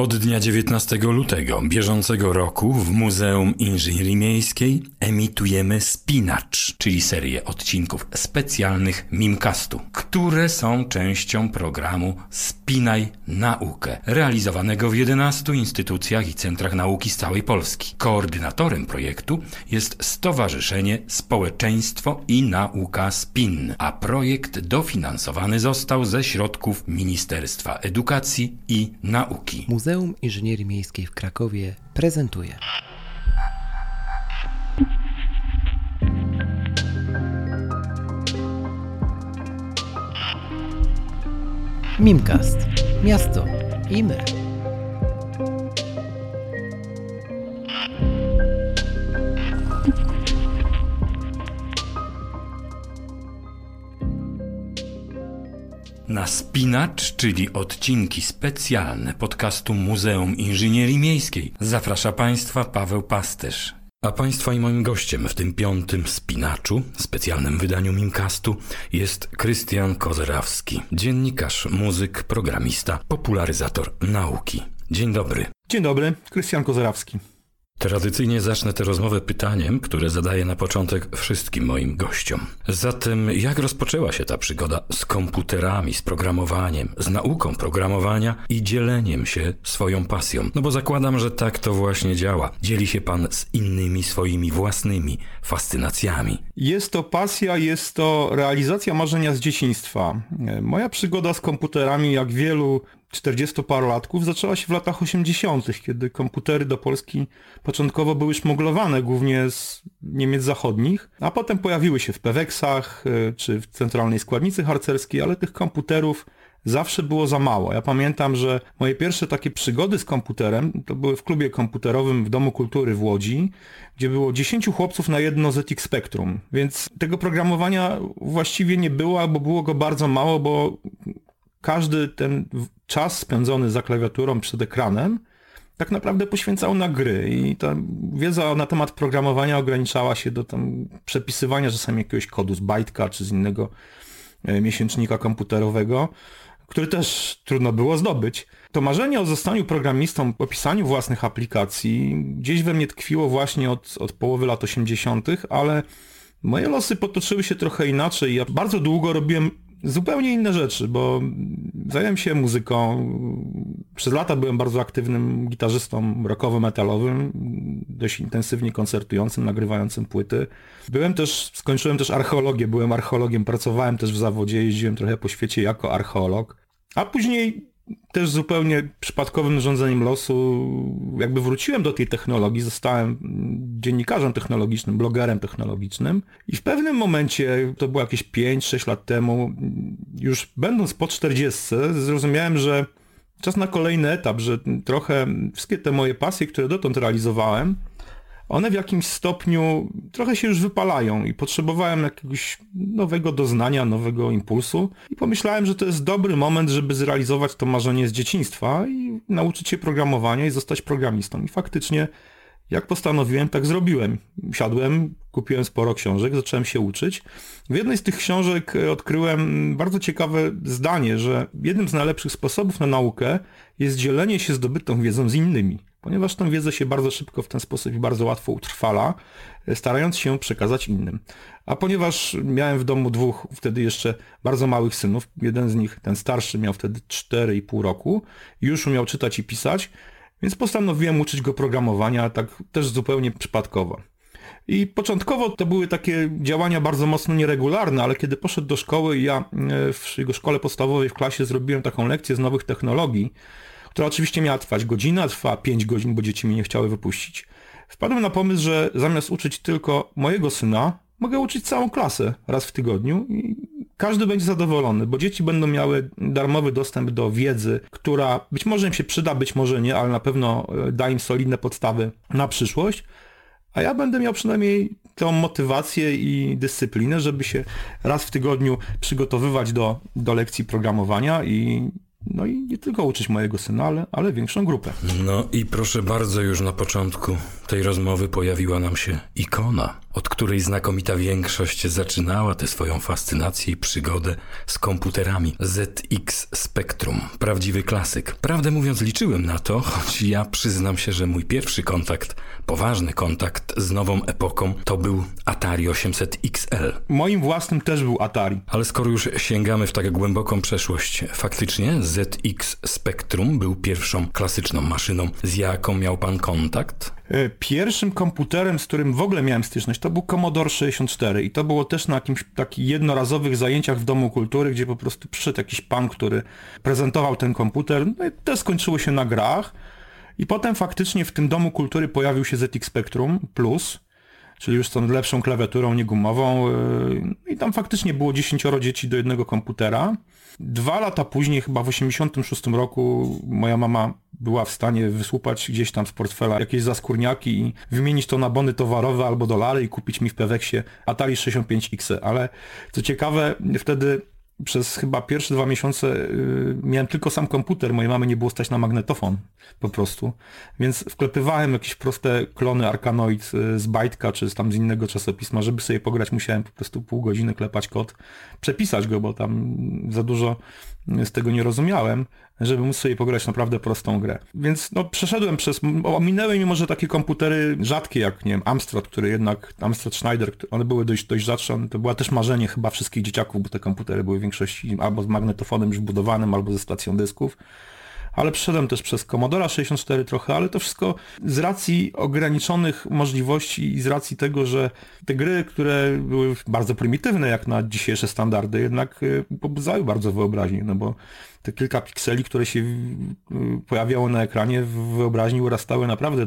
Od dnia 19 lutego bieżącego roku w Muzeum Inżynierii Miejskiej emitujemy Spinacz, czyli serię odcinków specjalnych Mimcastu, które są częścią programu Spinaj Naukę, realizowanego w 11 instytucjach i centrach nauki z całej Polski. Koordynatorem projektu jest Stowarzyszenie Społeczeństwo i Nauka SPIN, a projekt dofinansowany został ze środków Ministerstwa Edukacji i Nauki. Muzeum Inżynierii Miejskiej w Krakowie prezentuje Mimcast. Miasto i my. Na Spinacz, czyli odcinki specjalne podcastu Muzeum Inżynierii Miejskiej, zaprasza Państwa Paweł Pasterz. A Państwa i moim gościem w tym 5. Spinaczu, specjalnym wydaniu Mimcastu, jest Krystian Kozerawski, dziennikarz, muzyk, programista, popularyzator nauki. Dzień dobry. Dzień dobry, Krystian Kozerawski. Tradycyjnie zacznę tę rozmowę pytaniem, które zadaję na początek wszystkim moim gościom. Zatem jak rozpoczęła się ta przygoda z komputerami, z programowaniem, z nauką programowania i dzieleniem się swoją pasją? No bo zakładam, że tak to właśnie działa. Dzieli się pan z innymi swoimi własnymi fascynacjami. Jest to pasja, jest to realizacja marzenia z dzieciństwa. Moja przygoda z komputerami, jak wielu 40-parolatków, zaczęła się w latach 80., kiedy komputery do Polski początkowo były szmuglowane głównie z Niemiec zachodnich, a potem pojawiły się w Peweksach czy w centralnej składnicy harcerskiej, ale tych komputerów zawsze było za mało. Ja pamiętam, że moje pierwsze takie przygody z komputerem to były w klubie komputerowym w Domu Kultury w Łodzi, gdzie było 10 chłopców na jedno ZX Spectrum, więc tego programowania właściwie nie było, albo było go bardzo mało, bo każdy ten czas spędzony za klawiaturą przed ekranem tak naprawdę poświęcał na gry i ta wiedza na temat programowania ograniczała się do tam przepisywania czasami jakiegoś kodu z bajtka czy z innego miesięcznika komputerowego, który też trudno było zdobyć. To marzenie o zostaniu programistą, o pisaniu własnych aplikacji gdzieś we mnie tkwiło właśnie od połowy lat 80., ale moje losy potoczyły się trochę inaczej. Ja bardzo długo robiłem zupełnie inne rzeczy, bo zająłem się muzyką. Przez lata byłem bardzo aktywnym gitarzystą rockowo-metalowym, dość intensywnie koncertującym, nagrywającym płyty. Skończyłem też archeologię, byłem archeologiem, pracowałem też w zawodzie, jeździłem trochę po świecie jako archeolog, a później też zupełnie przypadkowym rządzeniem losu jakby wróciłem do tej technologii, zostałem dziennikarzem technologicznym, blogerem technologicznym i w pewnym momencie, to było jakieś 5-6 lat temu, już będąc po 40, zrozumiałem, że czas na kolejny etap, że trochę wszystkie te moje pasje, które dotąd realizowałem, one w jakimś stopniu trochę się już wypalają i potrzebowałem jakiegoś nowego doznania, nowego impulsu i pomyślałem, że to jest dobry moment, żeby zrealizować to marzenie z dzieciństwa i nauczyć się programowania i zostać programistą. I faktycznie jak postanowiłem, tak zrobiłem. Siadłem, kupiłem sporo książek, zacząłem się uczyć. W jednej z tych książek odkryłem bardzo ciekawe zdanie, że jednym z najlepszych sposobów na naukę jest dzielenie się zdobytą wiedzą z innymi, ponieważ tę wiedzę się bardzo szybko w ten sposób i bardzo łatwo utrwala, starając się przekazać innym. A ponieważ miałem w domu 2 wtedy jeszcze bardzo małych synów, jeden z nich, ten starszy, miał wtedy 4,5 roku i już umiał czytać i pisać, więc postanowiłem uczyć go programowania, tak też zupełnie przypadkowo. I początkowo to były takie działania bardzo mocno nieregularne, ale kiedy poszedł do szkoły i ja w jego szkole podstawowej w klasie zrobiłem taką lekcję z nowych technologii, która oczywiście miała trwać godzinę, a trwała 5 godzin, bo dzieci mnie nie chciały wypuścić. Wpadłem na pomysł, że zamiast uczyć tylko mojego syna, mogę uczyć całą klasę raz w tygodniu i każdy będzie zadowolony, bo dzieci będą miały darmowy dostęp do wiedzy, która być może im się przyda, być może nie, ale na pewno da im solidne podstawy na przyszłość, a ja będę miał przynajmniej tą motywację i dyscyplinę, żeby się raz w tygodniu przygotowywać do lekcji programowania i nie tylko uczyć mojego syna, ale większą grupę. No i proszę bardzo, już na początku tej rozmowy pojawiła nam się ikona od której znakomita większość zaczynała tę swoją fascynację i przygodę z komputerami. ZX Spectrum, prawdziwy klasyk. Prawdę mówiąc, liczyłem na to, choć ja przyznam się, że mój pierwszy kontakt, poważny kontakt z nową epoką to był Atari 800 XL. Moim własnym też był Atari. Ale skoro już sięgamy w tak głęboką przeszłość, faktycznie ZX Spectrum był pierwszą klasyczną maszyną. Z jaką miał pan kontakt? Pierwszym komputerem, z którym w ogóle miałem styczność, to był Commodore 64 i to było też na jakimś takich jednorazowych zajęciach w Domu Kultury, gdzie po prostu przyszedł jakiś pan, który prezentował ten komputer, no i to skończyło się na grach i potem faktycznie w tym Domu Kultury pojawił się ZX Spectrum Plus, czyli już z tą lepszą klawiaturą, nie gumową i tam faktycznie było 10 dzieci do jednego komputera. 2 lata później, chyba w 86 roku, moja mama była w stanie wysłupać gdzieś tam z portfela jakieś zaskórniaki i wymienić to na bony towarowe albo dolary i kupić mi w Peweksie Atari 65X. Ale co ciekawe, wtedy przez chyba pierwsze 2 miesiące miałem tylko sam komputer, mojej mamy nie było stać na magnetofon po prostu, więc wklepywałem jakieś proste klony Arkanoid z Bajtka czy tam z innego czasopisma, żeby sobie pograć musiałem po prostu pół godziny klepać kod, przepisać go, bo tam za dużo z tego nie rozumiałem, żeby móc sobie pograć naprawdę prostą grę. Więc no przeszedłem ominęły mi może takie komputery rzadkie jak, nie wiem, Amstrad, który jednak, Amstrad Schneider, one były dość rzadsze, to była też marzenie chyba wszystkich dzieciaków, bo te komputery były w większości albo z magnetofonem już wbudowanym, albo ze stacją dysków. Ale przeszedłem też przez Commodore 64 trochę, ale to wszystko z racji ograniczonych możliwości i z racji tego, że te gry, które były bardzo prymitywne jak na dzisiejsze standardy, jednak pobudzały bardzo wyobraźnię, no bo te kilka pikseli, które się pojawiało na ekranie w wyobraźni urastały naprawdę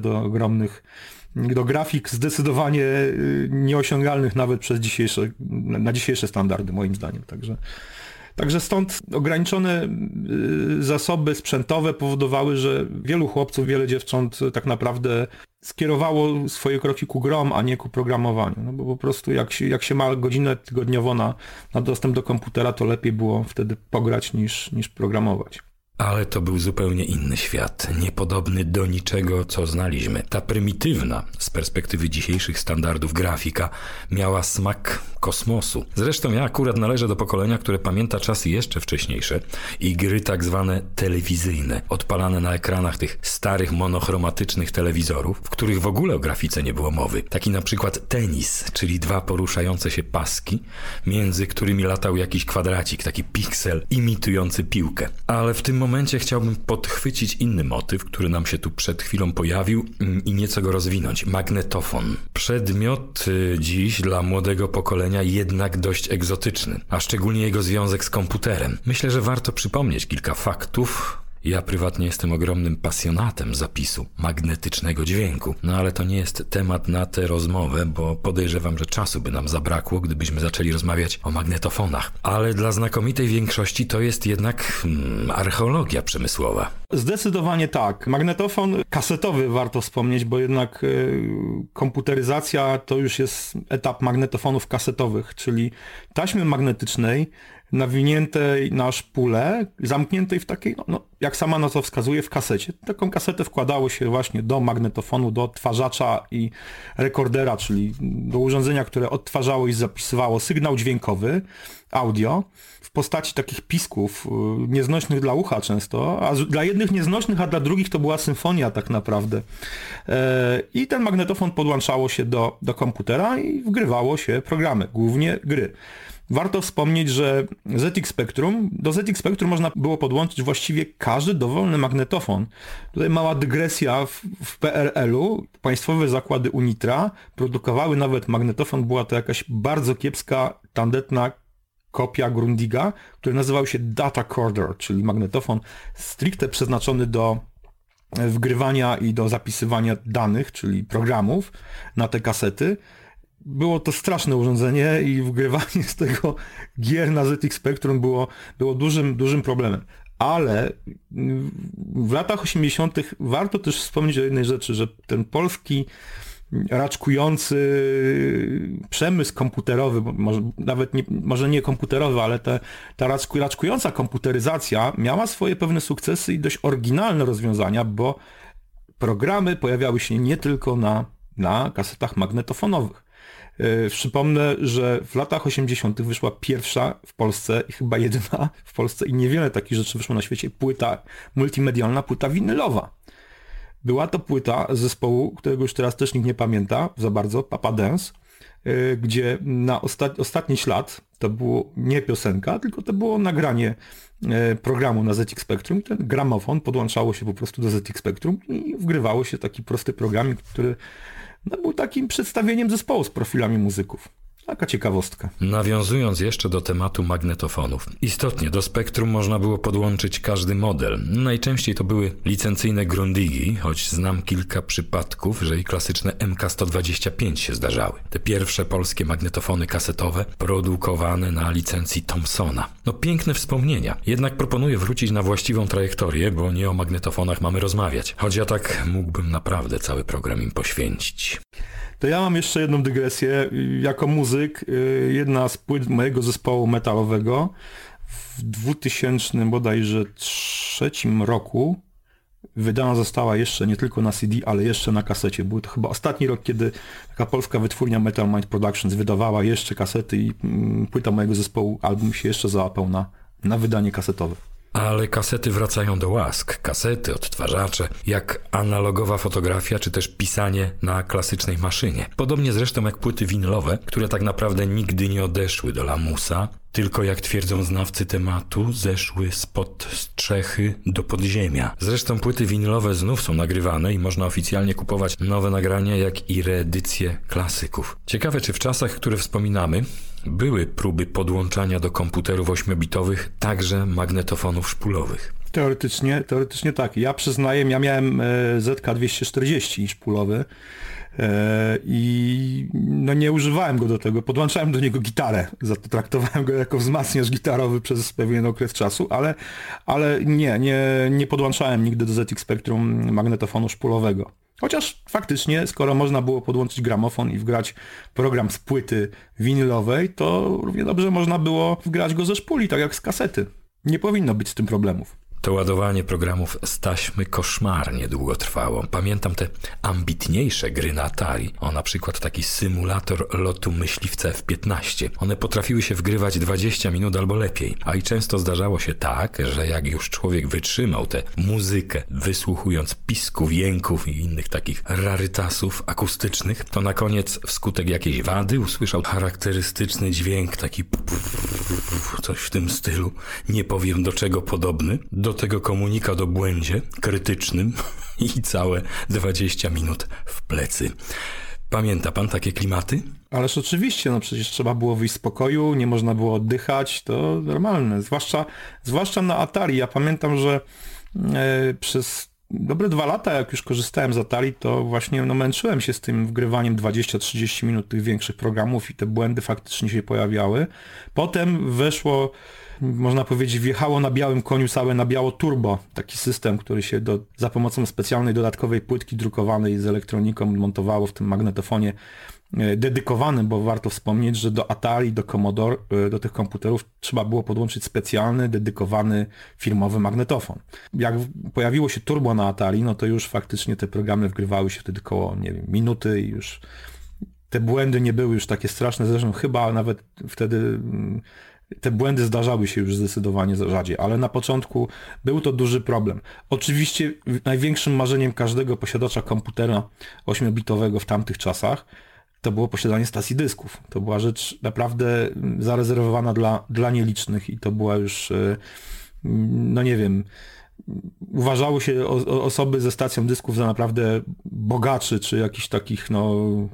do grafik zdecydowanie nieosiągalnych nawet na dzisiejsze standardy moim zdaniem, Także stąd ograniczone zasoby sprzętowe powodowały, że wielu chłopców, wiele dziewcząt tak naprawdę skierowało swoje kroki ku grom, a nie ku programowaniu. No bo po prostu jak się ma godzinę tygodniowo na dostęp do komputera, to lepiej było wtedy pograć niż programować. Ale to był zupełnie inny świat, niepodobny do niczego, co znaliśmy. Ta prymitywna, z perspektywy dzisiejszych standardów grafika, miała smak kosmosu. Zresztą ja akurat należę do pokolenia, które pamięta czasy jeszcze wcześniejsze i gry tak zwane telewizyjne, odpalane na ekranach tych starych, monochromatycznych telewizorów, w których w ogóle o grafice nie było mowy. Taki na przykład tenis, czyli 2 poruszające się paski, między którymi latał jakiś kwadracik, taki piksel imitujący piłkę. Ale w tym momencie chciałbym podchwycić inny motyw, który nam się tu przed chwilą pojawił i nieco go rozwinąć. Magnetofon. Przedmiot dziś dla młodego pokolenia jednak dość egzotyczny, a szczególnie jego związek z komputerem. Myślę, że warto przypomnieć kilka faktów. Ja prywatnie jestem ogromnym pasjonatem zapisu magnetycznego dźwięku, no ale to nie jest temat na tę rozmowę, bo podejrzewam, że czasu by nam zabrakło, gdybyśmy zaczęli rozmawiać o magnetofonach. Ale dla znakomitej większości to jest jednak archeologia przemysłowa. Zdecydowanie tak. Magnetofon kasetowy warto wspomnieć, bo jednak komputeryzacja to już jest etap magnetofonów kasetowych, czyli taśmy magnetycznej nawiniętej na szpulę, zamkniętej w takiej, jak sama nazwa wskazuje, w kasecie. Taką kasetę wkładało się właśnie do magnetofonu, do odtwarzacza i rekordera, czyli do urządzenia, które odtwarzało i zapisywało sygnał dźwiękowy, audio, w postaci takich pisków nieznośnych dla ucha często, a dla jednych nieznośnych, a dla drugich to była symfonia tak naprawdę. I ten magnetofon podłączało się do komputera i wgrywało się programy, głównie gry. Warto wspomnieć, że do ZX Spectrum można było podłączyć właściwie każdy dowolny magnetofon. Tutaj mała dygresja, w PRL-u państwowe zakłady Unitra produkowały nawet magnetofon, była to jakaś bardzo kiepska, tandetna kopia Grundiga, który nazywał się Data Recorder, czyli magnetofon stricte przeznaczony do wgrywania i do zapisywania danych, czyli programów na te kasety. Było to straszne urządzenie i wgrywanie z tego gier na ZX Spectrum było dużym problemem. Ale w latach 80. warto też wspomnieć o jednej rzeczy, że ten polski raczkujący przemysł komputerowy, może nie komputerowy, ale ta raczkująca komputeryzacja miała swoje pewne sukcesy i dość oryginalne rozwiązania, bo programy pojawiały się nie tylko na kasetach magnetofonowych. Przypomnę, że w latach 80. wyszła pierwsza w Polsce i chyba jedyna w Polsce i niewiele takich rzeczy wyszło na świecie, płyta multimedialna, płyta winylowa. Była to płyta zespołu, którego już teraz też nikt nie pamięta za bardzo, Papa Dance, gdzie na ostatni ślad to było nie piosenka, tylko to było nagranie programu na ZX Spectrum. Ten gramofon podłączało się po prostu do ZX Spectrum i wgrywało się taki prosty programik, który był takim przedstawieniem zespołu z profilami muzyków. Taka ciekawostka. Nawiązując jeszcze do tematu magnetofonów. Istotnie do spektrum można było podłączyć każdy model. Najczęściej to były licencyjne Grundigi, choć znam kilka przypadków, że i klasyczne MK125 się zdarzały. Te pierwsze polskie magnetofony kasetowe produkowane na licencji Thomsona. No piękne wspomnienia. Jednak proponuję wrócić na właściwą trajektorię, bo nie o magnetofonach mamy rozmawiać. Choć ja tak mógłbym naprawdę cały program im poświęcić. To ja mam jeszcze jedną dygresję. Jako muzyk, jedna z płyt mojego zespołu metalowego w 2000 bodajże 2003 roku wydana została jeszcze nie tylko na CD, ale jeszcze na kasecie. Był to chyba ostatni rok, kiedy taka polska wytwórnia Metal Mind Productions wydawała jeszcze kasety i płyta mojego zespołu, album się jeszcze załapał na wydanie kasetowe. Ale kasety wracają do łask. Kasety, odtwarzacze, jak analogowa fotografia, czy też pisanie na klasycznej maszynie. Podobnie zresztą jak płyty winylowe, które tak naprawdę nigdy nie odeszły do lamusa, tylko jak twierdzą znawcy tematu, zeszły spod strzechy do podziemia. Zresztą płyty winylowe znów są nagrywane i można oficjalnie kupować nowe nagrania, jak i reedycje klasyków. Ciekawe, czy w czasach, które wspominamy, były próby podłączania do komputerów 8-bitowych także magnetofonów szpulowych. Teoretycznie tak. Ja przyznaję, ja miałem ZK240 szpulowy i no nie używałem go do tego. Podłączałem do niego gitarę. Traktowałem go jako wzmacniacz gitarowy przez pewien okres czasu, ale nie podłączałem nigdy do ZX Spectrum magnetofonu szpulowego. Chociaż faktycznie, skoro można było podłączyć gramofon i wgrać program z płyty winylowej, to równie dobrze można było wgrać go ze szpuli, tak jak z kasety. Nie powinno być z tym problemów. To ładowanie programów z taśmy koszmarnie długo trwało. Pamiętam te ambitniejsze gry na Atari. Na przykład taki symulator lotu myśliwca F-15. One potrafiły się wgrywać 20 minut albo lepiej. A i często zdarzało się tak, że jak już człowiek wytrzymał tę muzykę, wysłuchując pisków, jęków i innych takich rarytasów akustycznych, to na koniec wskutek jakiejś wady usłyszał charakterystyczny dźwięk, taki coś w tym stylu. Nie powiem do czego podobny. Do tego komunikat o błędzie krytycznym i całe 20 minut w plecy. Pamięta pan takie klimaty? Ależ oczywiście, no przecież trzeba było wyjść z pokoju, nie można było oddychać, to normalne. Zwłaszcza na Atari. Ja pamiętam, że przez dobre 2 lata, jak już korzystałem z Atari, to właśnie męczyłem się z tym wgrywaniem 20-30 minut tych większych programów i te błędy faktycznie się pojawiały. Potem weszło, można powiedzieć, wjechało na białym koniu całe na biało turbo, taki system, który się za pomocą specjalnej dodatkowej płytki drukowanej z elektroniką montowało w tym magnetofonie dedykowanym, bo warto wspomnieć, że do Atari, do Commodore, do tych komputerów trzeba było podłączyć specjalny, dedykowany firmowy magnetofon. Jak pojawiło się turbo na Atari, no to już faktycznie te programy wgrywały się wtedy koło, nie wiem, minuty i już te błędy nie były już takie straszne, zresztą chyba nawet wtedy te błędy zdarzały się już zdecydowanie rzadziej, ale na początku był to duży problem. Oczywiście największym marzeniem każdego posiadacza komputera 8-bitowego w tamtych czasach to było posiadanie stacji dysków. To była rzecz naprawdę zarezerwowana dla nielicznych i to była już, no nie wiem, uważało się osoby ze stacją dysków za naprawdę bogaczy, czy jakichś takich, no...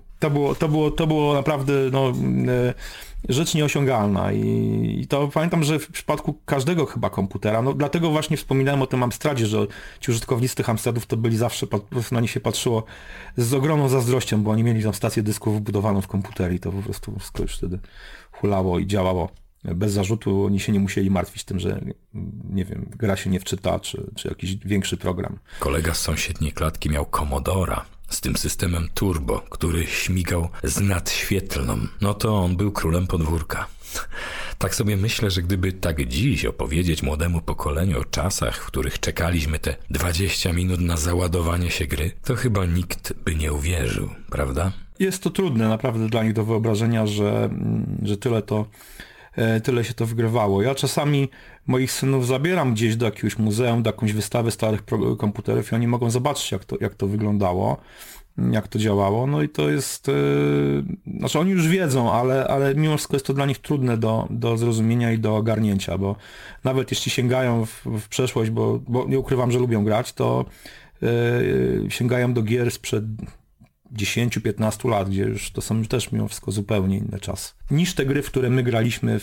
To było naprawdę, no... rzecz nieosiągalna i to pamiętam, że w przypadku każdego chyba komputera, no dlatego właśnie wspominałem o tym Amstradzie, że ci użytkownicy tych Amstradów to byli zawsze, po prostu na nich się patrzyło z ogromną zazdrością, bo oni mieli tam stację dysków wbudowaną w komputer i to po prostu wszystko już wtedy hulało i działało bez zarzutu, oni się nie musieli martwić tym, że nie wiem, gra się nie wczyta, czy jakiś większy program. Kolega z sąsiedniej klatki miał Commodora z tym systemem turbo, który śmigał z nadświetlną. No to on był królem podwórka. Tak sobie myślę, że gdyby tak dziś opowiedzieć młodemu pokoleniu o czasach, w których czekaliśmy te 20 minut na załadowanie się gry, to chyba nikt by nie uwierzył, prawda? jest to trudne naprawdę dla nich do wyobrażenia, że tyle się to wygrywało. Ja czasami moich synów zabieram gdzieś do jakiegoś muzeum, do jakąś wystawy starych komputerów i oni mogą zobaczyć, jak to wyglądało, jak to działało. No i to jest... Znaczy oni już wiedzą, ale mimo wszystko jest to dla nich trudne do zrozumienia i do ogarnięcia, bo nawet jeśli sięgają w przeszłość, bo nie ukrywam, że lubią grać, to sięgają do gier sprzed 10-15 lat, gdzie już to są też mimo wszystko zupełnie inne czasy, niż te gry, w które my graliśmy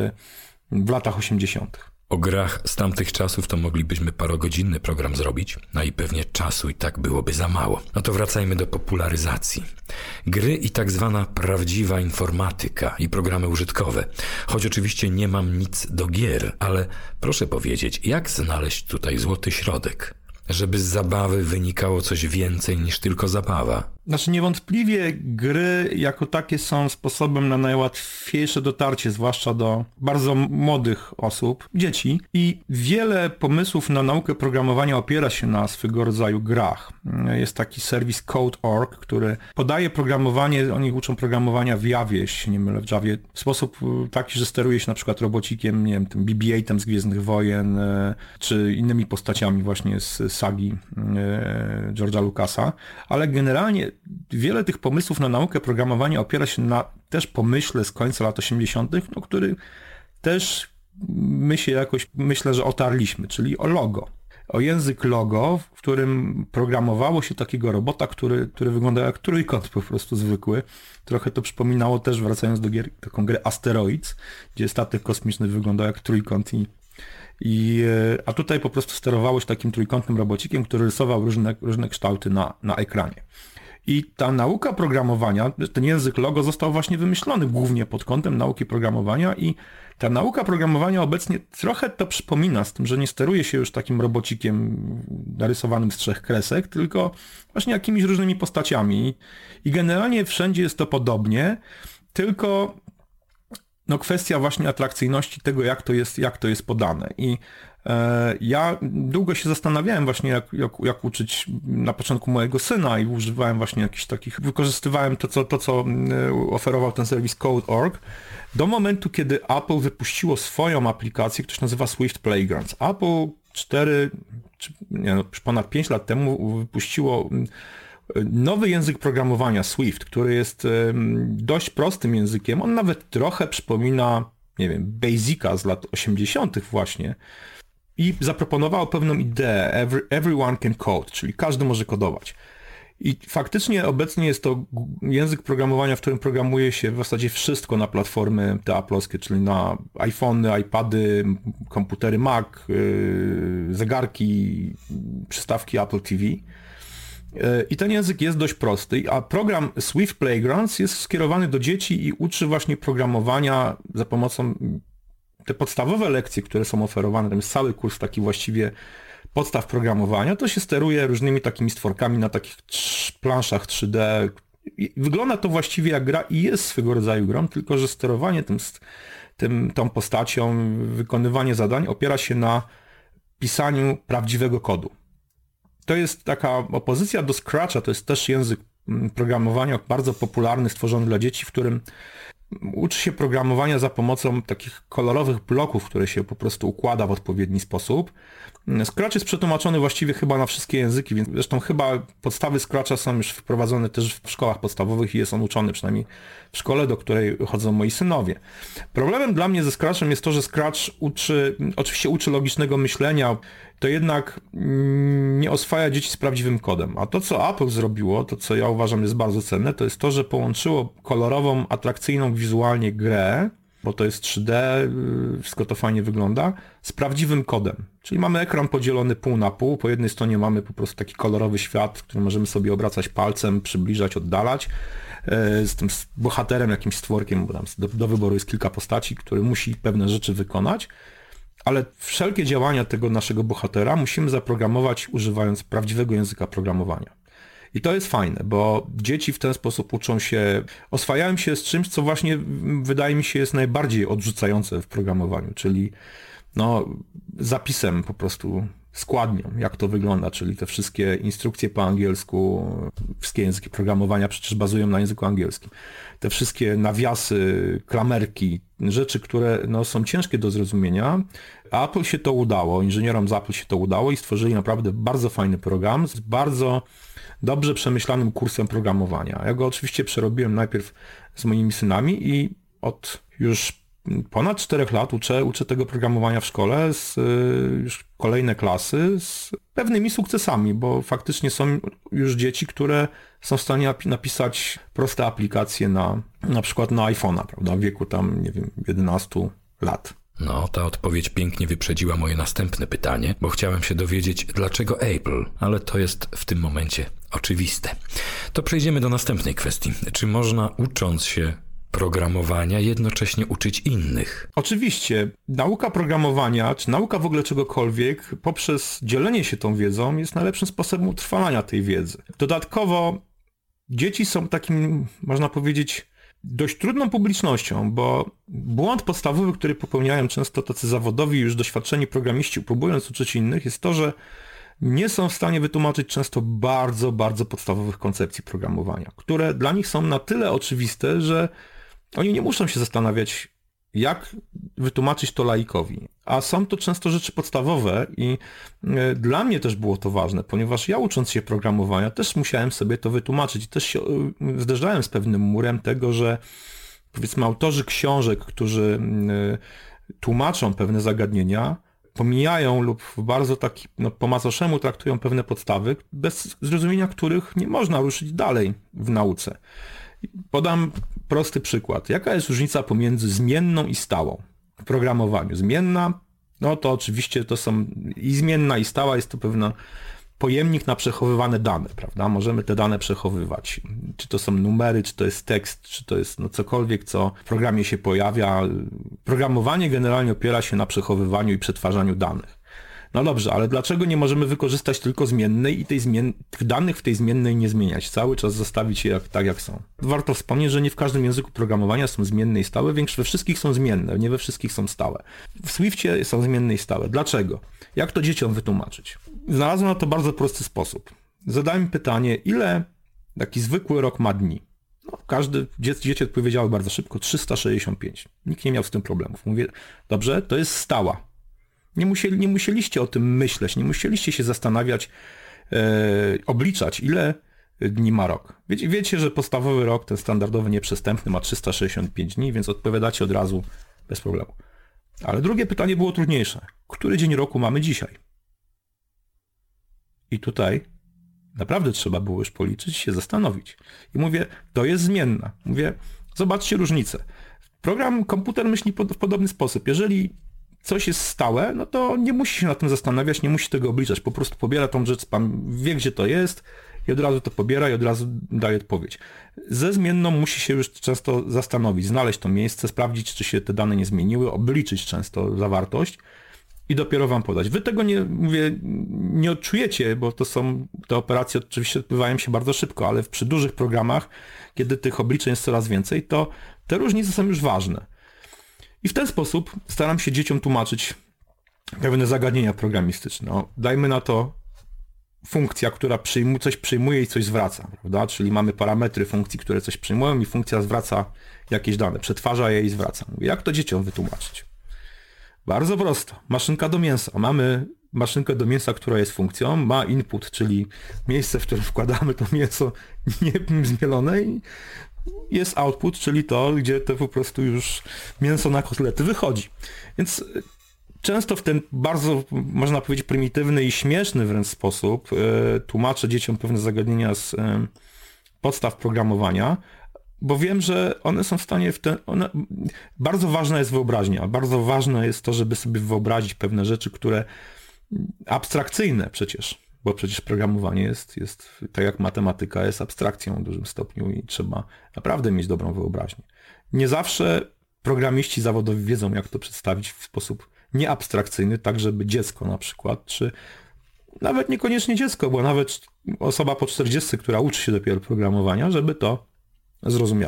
w latach 80. O grach z tamtych czasów to moglibyśmy parogodzinny program zrobić, no i pewnie czasu i tak byłoby za mało. No to wracajmy do popularyzacji. Gry i tak zwana prawdziwa informatyka i programy użytkowe. Choć oczywiście nie mam nic do gier, ale proszę powiedzieć, jak znaleźć tutaj złoty środek, żeby z zabawy wynikało coś więcej niż tylko zabawa? Znaczy niewątpliwie gry jako takie są sposobem na najłatwiejsze dotarcie, zwłaszcza do bardzo młodych osób, dzieci. I wiele pomysłów na naukę programowania opiera się na swego rodzaju grach. Jest taki serwis Code.org, który podaje programowanie, oni uczą programowania w Jawie, jeśli się nie mylę, w Javie, w sposób taki, że steruje się na przykład robocikiem, nie wiem, tym BB-8 z Gwiezdnych Wojen, czy innymi postaciami właśnie z sagi George'a Lucasa, ale generalnie wiele tych pomysłów na naukę programowania opiera się na też pomyśle z końca lat 80., no, który też my się jakoś, myślę, że otarliśmy, czyli o Logo. O język Logo, w którym programowało się takiego robota, który wyglądał jak trójkąt po prostu zwykły. Trochę to przypominało też, wracając do gier, taką grę Asteroids, gdzie statek kosmiczny wyglądał jak trójkąt a tutaj po prostu sterowało się takim trójkątnym robocikiem, który rysował różne kształty na ekranie. I ta nauka programowania, ten język Logo został właśnie wymyślony głównie pod kątem nauki programowania i ta nauka programowania obecnie trochę to przypomina, z tym, że nie steruje się już takim robocikiem narysowanym z 3 kresek, tylko właśnie jakimiś różnymi postaciami. I generalnie wszędzie jest to podobnie, tylko no kwestia właśnie atrakcyjności tego, jak to jest podane. I ja długo się zastanawiałem właśnie, jak uczyć na początku mojego syna i używałem właśnie jakichś takich, wykorzystywałem to, co oferował ten serwis Code.org, do momentu, kiedy Apple wypuściło swoją aplikację, która się nazywa Swift Playgrounds. Apple 4, już ponad 5 lat temu wypuściło nowy język programowania Swift, który jest dość prostym językiem. On nawet trochę przypomina, nie wiem, Basica z lat 80. właśnie. I zaproponował pewną ideę, everyone can code, czyli każdy może kodować. I faktycznie obecnie jest to język programowania, w którym programuje się w zasadzie wszystko na platformy te Apple'owskie, czyli na iPhony, iPady, komputery Mac, zegarki, przystawki Apple TV. I ten język jest dość prosty, a program Swift Playgrounds jest skierowany do dzieci i uczy właśnie programowania za pomocą te podstawowe lekcje, które są oferowane, tam jest cały kurs taki właściwie podstaw programowania, to się steruje różnymi takimi stworkami na takich planszach 3D. I wygląda to właściwie jak gra i jest swego rodzaju grą, tylko że sterowanie tą postacią, wykonywanie zadań opiera się na pisaniu prawdziwego kodu. To jest taka opozycja do Scratcha, to jest też język programowania bardzo popularny, stworzony dla dzieci, w którym uczy się programowania za pomocą takich kolorowych bloków, które się po prostu układa w odpowiedni sposób. Scratch jest przetłumaczony właściwie chyba na wszystkie języki, więc zresztą chyba podstawy Scratcha są już wprowadzone też w szkołach podstawowych i jest on uczony przynajmniej w szkole, do której chodzą moi synowie. Problemem dla mnie ze Scratchem jest to, że Scratch oczywiście uczy logicznego myślenia, to jednak nie oswaja dzieci z prawdziwym kodem. A to, co Apple zrobiło, to co ja uważam jest bardzo cenne, to jest to, że połączyło kolorową, atrakcyjną wizualnie grę, bo to jest 3D, wszystko to fajnie wygląda, z prawdziwym kodem. Czyli mamy ekran podzielony pół na pół, po jednej stronie mamy po prostu taki kolorowy świat, który możemy sobie obracać palcem, przybliżać, oddalać, z tym bohaterem, jakimś stworkiem, bo tam do wyboru jest kilka postaci, który musi pewne rzeczy wykonać, ale wszelkie działania tego naszego bohatera musimy zaprogramować używając prawdziwego języka programowania. I to jest fajne, bo dzieci w ten sposób uczą się, oswajają się z czymś, co właśnie wydaje mi się jest najbardziej odrzucające w programowaniu, czyli zapisem po prostu składnią, jak to wygląda, czyli te wszystkie instrukcje po angielsku, wszystkie języki programowania przecież bazują na języku angielskim. Te wszystkie nawiasy, klamerki, rzeczy, które są ciężkie do zrozumienia. Apple się to udało, inżynierom z Apple się to udało i stworzyli naprawdę bardzo fajny program z bardzo dobrze przemyślanym kursem programowania. Ja go oczywiście przerobiłem najpierw z moimi synami i od już ponad 4 lat uczę tego programowania w szkole, już kolejne klasy z pewnymi sukcesami, bo faktycznie są już dzieci, które są w stanie napisać proste aplikacje na przykład na iPhone'a, prawda, w wieku tam, 11 lat. No, ta odpowiedź pięknie wyprzedziła moje następne pytanie, bo chciałem się dowiedzieć, dlaczego Apple, ale to jest w tym momencie oczywiste. To przejdziemy do następnej kwestii. Czy można, ucząc się programowania, jednocześnie uczyć innych? Oczywiście. Nauka programowania, czy nauka w ogóle czegokolwiek, poprzez dzielenie się tą wiedzą jest najlepszym sposobem utrwalania tej wiedzy. Dodatkowo dzieci są takim, można powiedzieć, dość trudną publicznością, bo błąd podstawowy, który popełniają często tacy zawodowi, już doświadczeni programiści, próbując uczyć innych, jest to, że nie są w stanie wytłumaczyć często bardzo, bardzo podstawowych koncepcji programowania, które dla nich są na tyle oczywiste, że oni nie muszą się zastanawiać, jak wytłumaczyć to laikowi. A są to często rzeczy podstawowe i dla mnie też było to ważne, ponieważ ja ucząc się programowania też musiałem sobie to wytłumaczyć i też się zderzałem z pewnym murem tego, że powiedzmy autorzy książek, którzy tłumaczą pewne zagadnienia, pomijają lub w bardzo taki po macoszemu traktują pewne podstawy, bez zrozumienia których nie można ruszyć dalej w nauce. Podam prosty przykład. Jaka jest różnica pomiędzy zmienną i stałą w programowaniu? Zmienna, to oczywiście to są i zmienna i stała, jest to pewna pojemnik na przechowywane dane, prawda? Możemy te dane przechowywać. Czy to są numery, czy to jest tekst, czy to jest cokolwiek, co w programie się pojawia. Programowanie generalnie opiera się na przechowywaniu i przetwarzaniu danych. No dobrze, ale dlaczego nie możemy wykorzystać tylko zmiennej i tych danych w tej zmiennej nie zmieniać? Cały czas zostawić je tak, jak są. Warto wspomnieć, że nie w każdym języku programowania są zmienne i stałe, we wszystkich są zmienne, nie we wszystkich są stałe. W Swiftie są zmienne i stałe. Dlaczego? Jak to dzieciom wytłumaczyć? Znalazłem na to bardzo prosty sposób. Zadałem pytanie, ile taki zwykły rok ma dni? Dzieci odpowiedziały bardzo szybko, 365. Nikt nie miał z tym problemów. Mówię, dobrze, to jest stała. Nie musieliście o tym myśleć, nie musieliście się zastanawiać, obliczać, ile dni ma rok. Wiecie, że podstawowy rok, ten standardowy, nieprzestępny, ma 365 dni, więc odpowiadacie od razu bez problemu. Ale drugie pytanie było trudniejsze. Który dzień roku mamy dzisiaj? I tutaj naprawdę trzeba było już policzyć, się zastanowić. I mówię, to jest zmienna. Mówię, zobaczcie różnicę. Komputer myśli w podobny sposób. Jeżeli coś jest stałe, no to nie musi się nad tym zastanawiać, nie musi tego obliczać. Po prostu pobiera tą rzecz, wie gdzie to jest i od razu to pobiera i od razu daje odpowiedź. Ze zmienną musi się już często zastanowić, znaleźć to miejsce, sprawdzić, czy się te dane nie zmieniły, obliczyć często zawartość i dopiero wam podać. Wy tego nie odczujecie, bo te operacje oczywiście odbywają się bardzo szybko, ale przy dużych programach, kiedy tych obliczeń jest coraz więcej, to te różnice są już ważne. I w ten sposób staram się dzieciom tłumaczyć pewne zagadnienia programistyczne. Dajmy na to funkcja, która coś przyjmuje i coś zwraca, prawda? Czyli mamy parametry funkcji, które coś przyjmują i funkcja zwraca jakieś dane, przetwarza je i zwraca. Mówię, jak to dzieciom wytłumaczyć? Bardzo prosto. Maszynka do mięsa. Mamy maszynkę do mięsa, która jest funkcją, ma input, czyli miejsce, w którym wkładamy to mięso niezmielone i jest output, czyli to, gdzie to po prostu już mięso na kotlety wychodzi. Więc często w ten bardzo, można powiedzieć, prymitywny i śmieszny wręcz sposób tłumaczę dzieciom pewne zagadnienia z podstaw programowania, bo wiem, że one są w stanie bardzo ważna jest wyobraźnia, bardzo ważne jest to, żeby sobie wyobrazić pewne rzeczy, które abstrakcyjne przecież, bo przecież programowanie jest tak jak matematyka, jest abstrakcją w dużym stopniu i trzeba naprawdę mieć dobrą wyobraźnię. Nie zawsze programiści zawodowi wiedzą, jak to przedstawić w sposób nieabstrakcyjny, tak żeby dziecko na przykład, czy nawet niekoniecznie dziecko, bo nawet osoba po 40, która uczy się dopiero programowania, żeby to zrozumiała.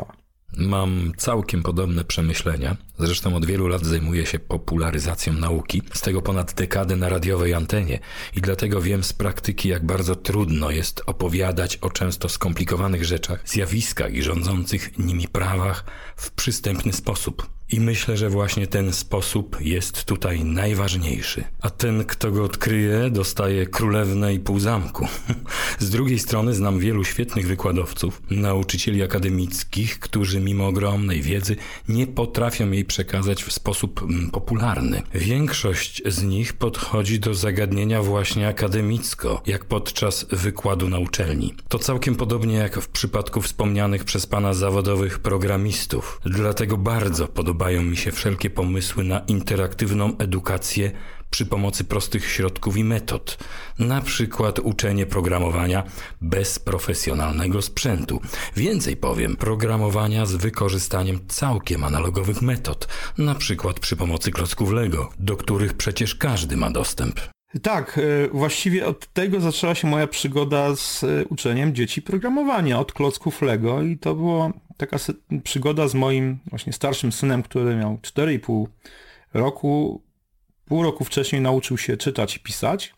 Mam całkiem podobne przemyślenia. Zresztą od wielu lat zajmuję się popularyzacją nauki, z tego ponad dekadę na radiowej antenie i dlatego wiem z praktyki, jak bardzo trudno jest opowiadać o często skomplikowanych rzeczach, zjawiskach i rządzących nimi prawach w przystępny sposób. I myślę, że właśnie ten sposób jest tutaj najważniejszy. A ten, kto go odkryje, dostaje królewnę i pół zamku. Z drugiej strony znam wielu świetnych wykładowców, nauczycieli akademickich, którzy mimo ogromnej wiedzy nie potrafią jej przekazać w sposób popularny. Większość z nich podchodzi do zagadnienia właśnie akademicko, jak podczas wykładu na uczelni. To całkiem podobnie jak w przypadku wspomnianych przez pana zawodowych programistów. Dlatego bardzo podobają mi się wszelkie pomysły na interaktywną edukację przy pomocy prostych środków i metod. Na przykład uczenie programowania bez profesjonalnego sprzętu. Więcej powiem, programowania z wykorzystaniem całkiem analogowych metod. Na przykład przy pomocy klocków Lego, do których przecież każdy ma dostęp. Tak, właściwie od tego zaczęła się moja przygoda z uczeniem dzieci programowania, od klocków Lego i to była taka przygoda z moim właśnie starszym synem, który miał 4,5 roku. Pół roku wcześniej nauczył się czytać i pisać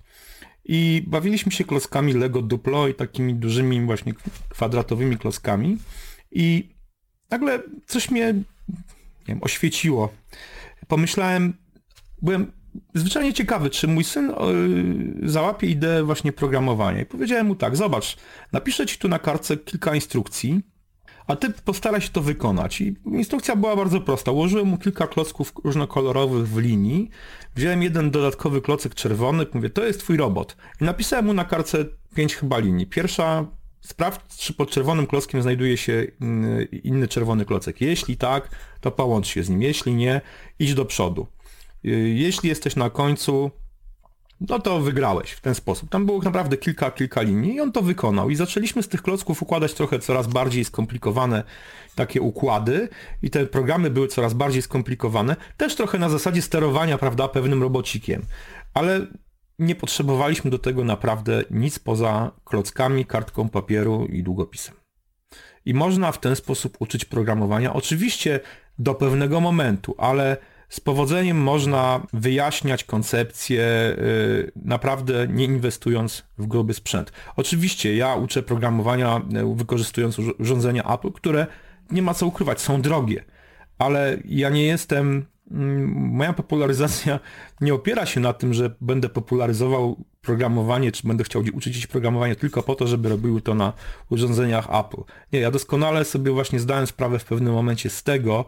i bawiliśmy się klockami Lego Duplo i takimi dużymi właśnie kwadratowymi klockami i nagle coś mnie, nie wiem, oświeciło. Pomyślałem, byłem zwyczajnie ciekawy, czy mój syn załapie ideę właśnie programowania i powiedziałem mu tak, zobacz, napiszę ci tu na kartce kilka instrukcji, a ty postaraj się to wykonać. I instrukcja była bardzo prosta. Ułożyłem mu kilka klocków różnokolorowych w linii, wziąłem jeden dodatkowy klocek czerwony, mówię, to jest twój robot. I napisałem mu na kartce 5 chyba linii. Pierwsza, sprawdź, czy pod czerwonym klockiem znajduje się inny czerwony klocek. Jeśli tak, to połącz się z nim. Jeśli nie, idź do przodu. Jeśli jesteś na końcu, no to wygrałeś w ten sposób. Tam było naprawdę kilka linii i on to wykonał. I zaczęliśmy z tych klocków układać trochę coraz bardziej skomplikowane takie układy i te programy były coraz bardziej skomplikowane. Też trochę na zasadzie sterowania, prawda, pewnym robocikiem. Ale nie potrzebowaliśmy do tego naprawdę nic poza klockami, kartką papieru i długopisem. I można w ten sposób uczyć programowania. Oczywiście do pewnego momentu, ale z powodzeniem można wyjaśniać koncepcje, naprawdę nie inwestując w gruby sprzęt. Oczywiście ja uczę programowania wykorzystując urządzenia Apple, które nie ma co ukrywać, są drogie, ale ja nie jestem, moja popularyzacja nie opiera się na tym, że będę popularyzował programowanie, czy będę chciał uczyć dzieci programowania tylko po to, żeby robiły to na urządzeniach Apple. Nie, ja doskonale sobie właśnie zdałem sprawę w pewnym momencie z tego,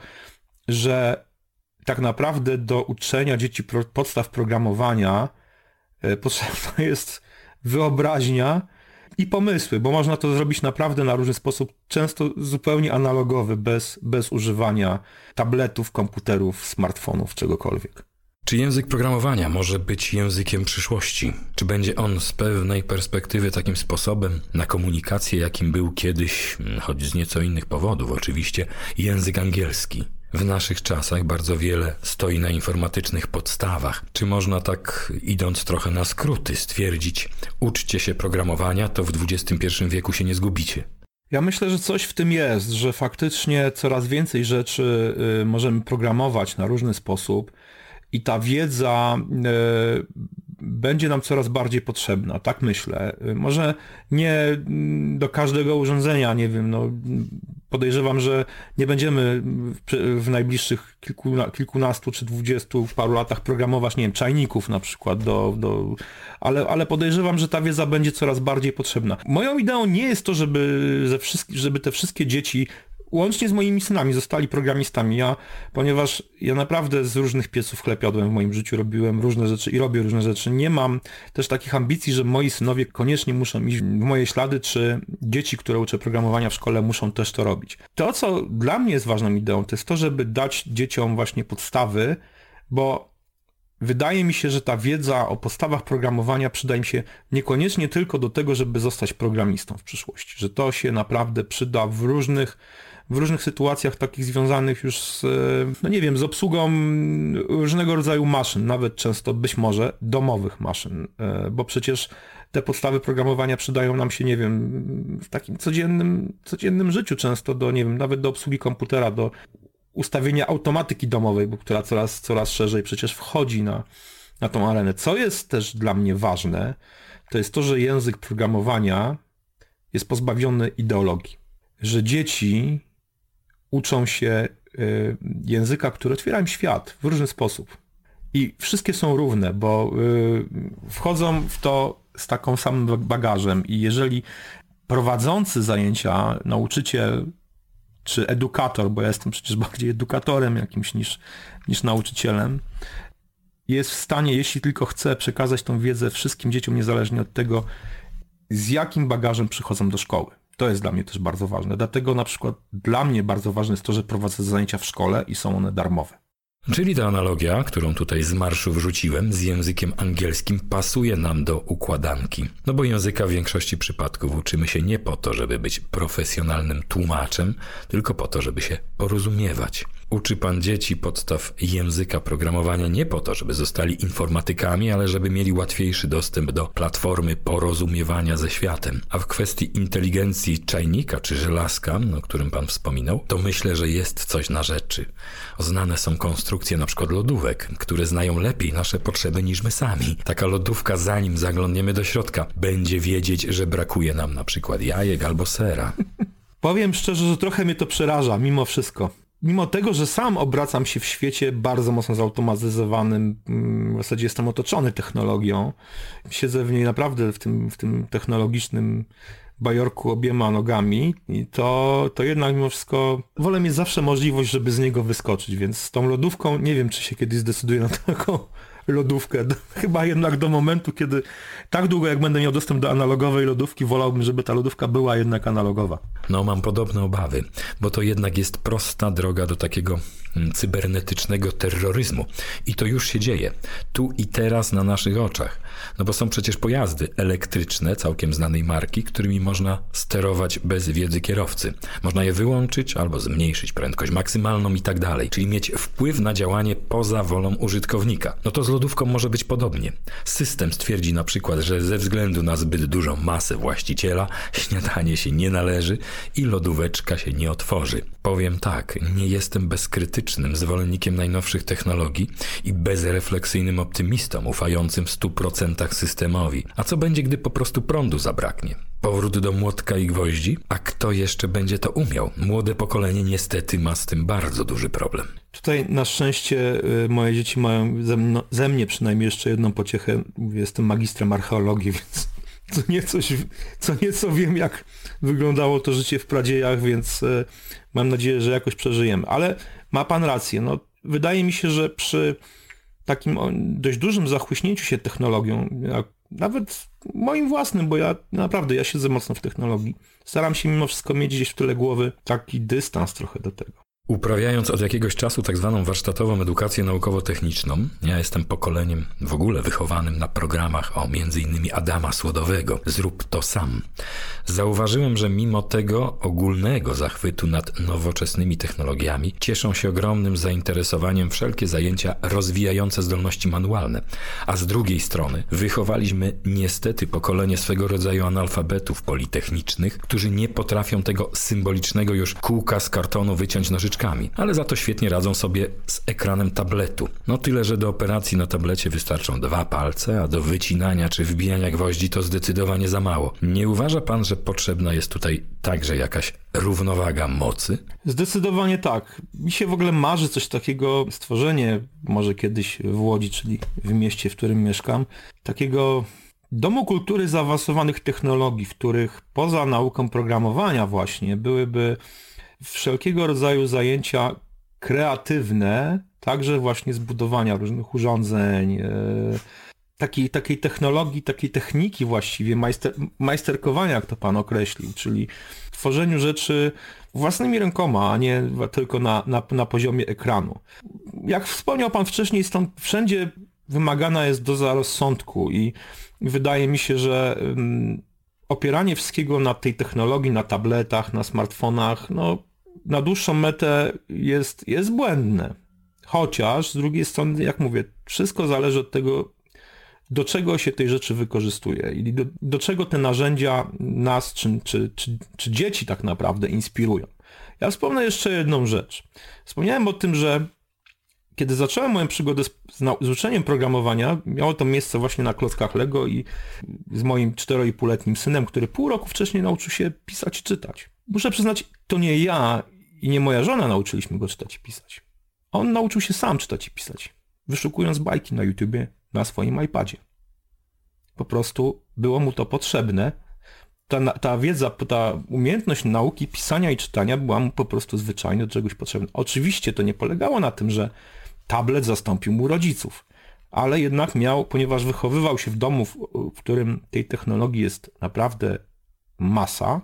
że tak naprawdę do uczenia dzieci podstaw programowania potrzebna jest wyobraźnia i pomysły, bo można to zrobić naprawdę na różny sposób, często zupełnie analogowy, bez używania tabletów, komputerów, smartfonów, czegokolwiek. Czy język programowania może być językiem przyszłości? Czy będzie on z pewnej perspektywy takim sposobem na komunikację, jakim był kiedyś, choć z nieco innych powodów oczywiście, język angielski? W naszych czasach bardzo wiele stoi na informatycznych podstawach. Czy można tak, idąc trochę na skróty, stwierdzić, uczcie się programowania, to w XXI wieku się nie zgubicie? Ja myślę, że coś w tym jest, że faktycznie coraz więcej rzeczy możemy programować na różny sposób i ta wiedza będzie nam coraz bardziej potrzebna, tak myślę. Może nie do każdego urządzenia, nie wiem, no podejrzewam, że nie będziemy w najbliższych kilkunastu czy 20 paru latach programować, nie wiem, czajników na przykład, ale podejrzewam, że ta wiedza będzie coraz bardziej potrzebna. Moją ideą nie jest to, żeby te wszystkie dzieci łącznie z moimi synami zostali programistami, ponieważ ja naprawdę z różnych pieców chleb jadłem w moim życiu, robiłem różne rzeczy i robię różne rzeczy. Nie mam też takich ambicji, że moi synowie koniecznie muszą iść w moje ślady, czy dzieci, które uczę programowania w szkole, muszą też to robić. To, co dla mnie jest ważną ideą, to jest to, żeby dać dzieciom właśnie podstawy, bo wydaje mi się, że ta wiedza o podstawach programowania przyda im się niekoniecznie tylko do tego, żeby zostać programistą w przyszłości, że to się naprawdę przyda w różnych sytuacjach takich związanych już z, no nie wiem, z obsługą różnego rodzaju maszyn, nawet często być może domowych maszyn, bo przecież te podstawy programowania przydają nam się, nie wiem, w takim codziennym życiu często do, nie wiem, nawet do obsługi komputera, do ustawienia automatyki domowej, bo która coraz szerzej przecież wchodzi na tą arenę. Co jest też dla mnie ważne, to jest to, że język programowania jest pozbawiony ideologii. Że dzieci uczą się języka, który otwiera im świat w różny sposób. I wszystkie są równe, bo wchodzą w to z taką samym bagażem i jeżeli prowadzący zajęcia, nauczyciel czy edukator, bo ja jestem przecież bardziej edukatorem jakimś niż nauczycielem, jest w stanie, jeśli tylko chce, przekazać tą wiedzę wszystkim dzieciom, niezależnie od tego, z jakim bagażem przychodzą do szkoły. To jest dla mnie też bardzo ważne. Dlatego na przykład dla mnie bardzo ważne jest to, że prowadzę zajęcia w szkole i są one darmowe. Czyli ta analogia, którą tutaj z marszu wrzuciłem, z językiem angielskim pasuje nam do układanki. No bo języka w większości przypadków uczymy się nie po to, żeby być profesjonalnym tłumaczem, tylko po to, żeby się porozumiewać. Uczy pan dzieci podstaw języka programowania nie po to, żeby zostali informatykami, ale żeby mieli łatwiejszy dostęp do platformy porozumiewania ze światem. A w kwestii inteligencji czajnika czy żelazka, o którym pan wspominał, to myślę, że jest coś na rzeczy. Znane są konstrukcje na przykład lodówek, które znają lepiej nasze potrzeby niż my sami. Taka lodówka, zanim zaglądniemy do środka, będzie wiedzieć, że brakuje nam na przykład jajek albo sera. Powiem szczerze, że trochę mnie to przeraża mimo wszystko. Mimo tego, że sam obracam się w świecie bardzo mocno zautomatyzowanym, w zasadzie jestem otoczony technologią, siedzę w niej naprawdę w tym technologicznym bajorku obiema nogami i to jednak mimo wszystko wolę mieć zawsze możliwość, żeby z niego wyskoczyć, więc z tą lodówką nie wiem, czy się kiedyś zdecyduję na taką lodówkę. Chyba jednak do momentu, kiedy tak długo jak będę miał dostęp do analogowej lodówki, wolałbym, żeby ta lodówka była jednak analogowa. No, mam podobne obawy, bo to jednak jest prosta droga do takiego cybernetycznego terroryzmu. I to już się dzieje. Tu i teraz na naszych oczach. No bo są przecież pojazdy elektryczne, całkiem znanej marki, którymi można sterować bez wiedzy kierowcy. Można je wyłączyć albo zmniejszyć prędkość maksymalną i tak dalej. Czyli mieć wpływ na działanie poza wolą użytkownika. No to z lodówką może być podobnie. System stwierdzi na przykład, że ze względu na zbyt dużą masę właściciela śniadanie się nie należy i lodóweczka się nie otworzy. Powiem tak, nie jestem bezkrytycznym zwolennikiem najnowszych technologii i bezrefleksyjnym optymistą ufającym w 100% systemowi. A co będzie, gdy po prostu prądu zabraknie? Powrót do młotka i gwoździ? A kto jeszcze będzie to umiał? Młode pokolenie niestety ma z tym bardzo duży problem. Tutaj na szczęście moje dzieci mają ze mnie przynajmniej jeszcze jedną pociechę. Jestem magistrem archeologii, więc co nieco wiem, jak wyglądało to życie w pradziejach, więc mam nadzieję, że jakoś przeżyjemy. Ale ma pan rację. No, wydaje mi się, że przy takim dość dużym zachłyśnięciu się technologią, nawet moim własnym, bo ja siedzę mocno w technologii, staram się mimo wszystko mieć gdzieś w tyle głowy taki dystans trochę do tego. Uprawiając od jakiegoś czasu tak zwaną warsztatową edukację naukowo-techniczną, ja jestem pokoleniem w ogóle wychowanym na programach o m.in. Adama Słodowego, Zrób to sam. Zauważyłem, że mimo tego ogólnego zachwytu nad nowoczesnymi technologiami cieszą się ogromnym zainteresowaniem wszelkie zajęcia rozwijające zdolności manualne. A z drugiej strony wychowaliśmy niestety pokolenie swego rodzaju analfabetów politechnicznych, którzy nie potrafią tego symbolicznego już kółka z kartonu wyciąć nożyczkami, ale za to świetnie radzą sobie z ekranem tabletu. No tyle, że do operacji na tablecie wystarczą 2 palce, a do wycinania czy wbijania gwoździ to zdecydowanie za mało. Nie uważa pan, że potrzebna jest tutaj także jakaś równowaga mocy? Zdecydowanie tak. Mi się w ogóle marzy coś takiego, stworzenie może kiedyś w Łodzi, czyli w mieście, w którym mieszkam, takiego domu kultury zaawansowanych technologii, w których poza nauką programowania właśnie byłyby wszelkiego rodzaju zajęcia kreatywne, także właśnie z budowania różnych urządzeń, takiej technologii, takiej techniki właściwie, majsterkowania, jak to pan określił, czyli tworzeniu rzeczy własnymi rękoma, a nie tylko na poziomie ekranu. Jak wspomniał pan wcześniej, stąd wszędzie wymagana jest doza rozsądku i wydaje mi się, że opieranie wszystkiego na tej technologii, na tabletach, na smartfonach, no na dłuższą metę jest błędne. Chociaż z drugiej strony, jak mówię, wszystko zależy od tego, do czego się tej rzeczy wykorzystuje i do czego te narzędzia nas czy dzieci tak naprawdę inspirują. Ja wspomnę jeszcze jedną rzecz. Wspomniałem o tym, że kiedy zacząłem moją przygodę z uczeniem programowania, miało to miejsce właśnie na klockach Lego i z moim 4,5-letnim synem, który pół roku wcześniej nauczył się pisać i czytać. Muszę przyznać, to nie ja i nie moja żona nauczyliśmy go czytać i pisać. On nauczył się sam czytać i pisać, wyszukując bajki na YouTubie na swoim iPadzie. Po prostu było mu to potrzebne. Ta wiedza, ta umiejętność nauki, pisania i czytania była mu po prostu zwyczajnie do czegoś potrzebna. Oczywiście to nie polegało na tym, że tablet zastąpił mu rodziców, ale jednak miał, ponieważ wychowywał się w domu, w którym tej technologii jest naprawdę masa,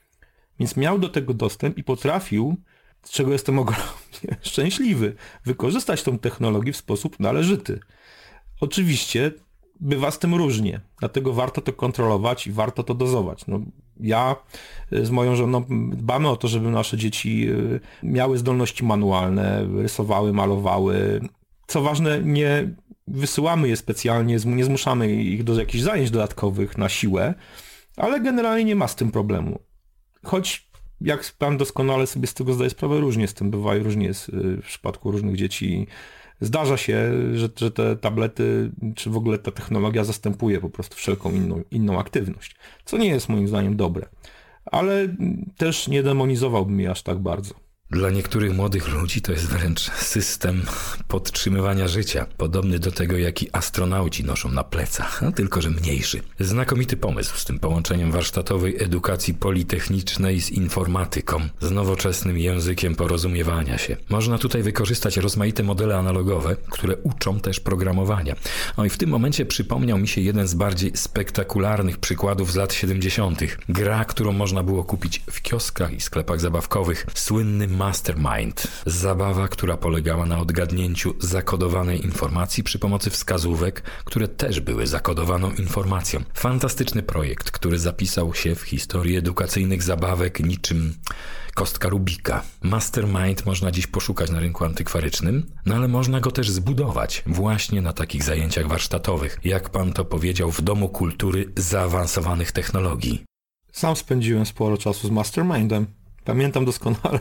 więc miał do tego dostęp i potrafił, z czego jestem ogromnie szczęśliwy, wykorzystać tą technologię w sposób należyty. Oczywiście bywa z tym różnie, dlatego warto to kontrolować i warto to dozować. No, ja z moją żoną dbamy o to, żeby nasze dzieci miały zdolności manualne, rysowały, malowały. Co ważne, nie wysyłamy je specjalnie, nie zmuszamy ich do jakichś zajęć dodatkowych na siłę, ale generalnie nie ma z tym problemu. Choć jak pan doskonale sobie z tego zdaje sprawę, różnie z tym bywa i różnie jest w przypadku różnych dzieci. Zdarza się, że te tablety, czy w ogóle ta technologia zastępuje po prostu wszelką inną aktywność, co nie jest moim zdaniem dobre. Ale też nie demonizowałbym jej aż tak bardzo. Dla niektórych młodych ludzi to jest wręcz system podtrzymywania życia, podobny do tego, jaki astronauci noszą na plecach, tylko że mniejszy. Znakomity pomysł z tym połączeniem warsztatowej edukacji politechnicznej z informatyką, z nowoczesnym językiem porozumiewania się. Można tutaj wykorzystać rozmaite modele analogowe, które uczą też programowania. No i w tym momencie przypomniał mi się jeden z bardziej spektakularnych przykładów z lat 70. Gra, którą można było kupić w kioskach i sklepach zabawkowych, słynny Mastermind. Zabawa, która polegała na odgadnięciu zakodowanej informacji przy pomocy wskazówek, które też były zakodowaną informacją. Fantastyczny projekt, który zapisał się w historii edukacyjnych zabawek niczym kostka Rubika. Mastermind można dziś poszukać na rynku antykwarycznym, no ale można go też zbudować właśnie na takich zajęciach warsztatowych, jak pan to powiedział, w Domu Kultury Zaawansowanych Technologii. Sam spędziłem sporo czasu z Mastermindem. Pamiętam doskonale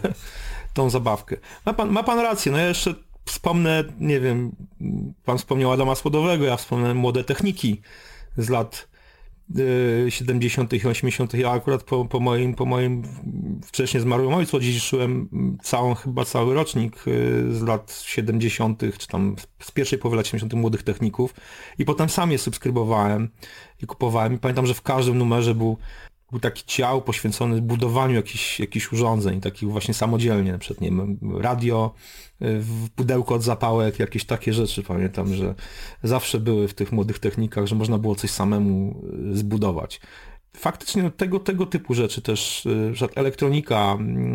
tą zabawkę. Ma pan rację, no ja jeszcze wspomnę, nie wiem, pan wspomniał Adama Słodowego, ja wspomnę Młode Techniki z lat 70. i 80. Ja akurat po moim wcześniej zmarłym ojcu odziedziczyłem chyba cały rocznik z lat 70., czy tam z pierwszej połowy lat 70. Młodych Techników i potem sam je subskrybowałem i kupowałem i pamiętam, że w każdym numerze był taki dział poświęcony budowaniu jakichś urządzeń, takich właśnie samodzielnie, na przykład, nie wiem, radio, w pudełko od zapałek, jakieś takie rzeczy. Pamiętam, że zawsze były w tych Młodych Technikach, że można było coś samemu zbudować. Faktycznie tego typu rzeczy też, że elektronika,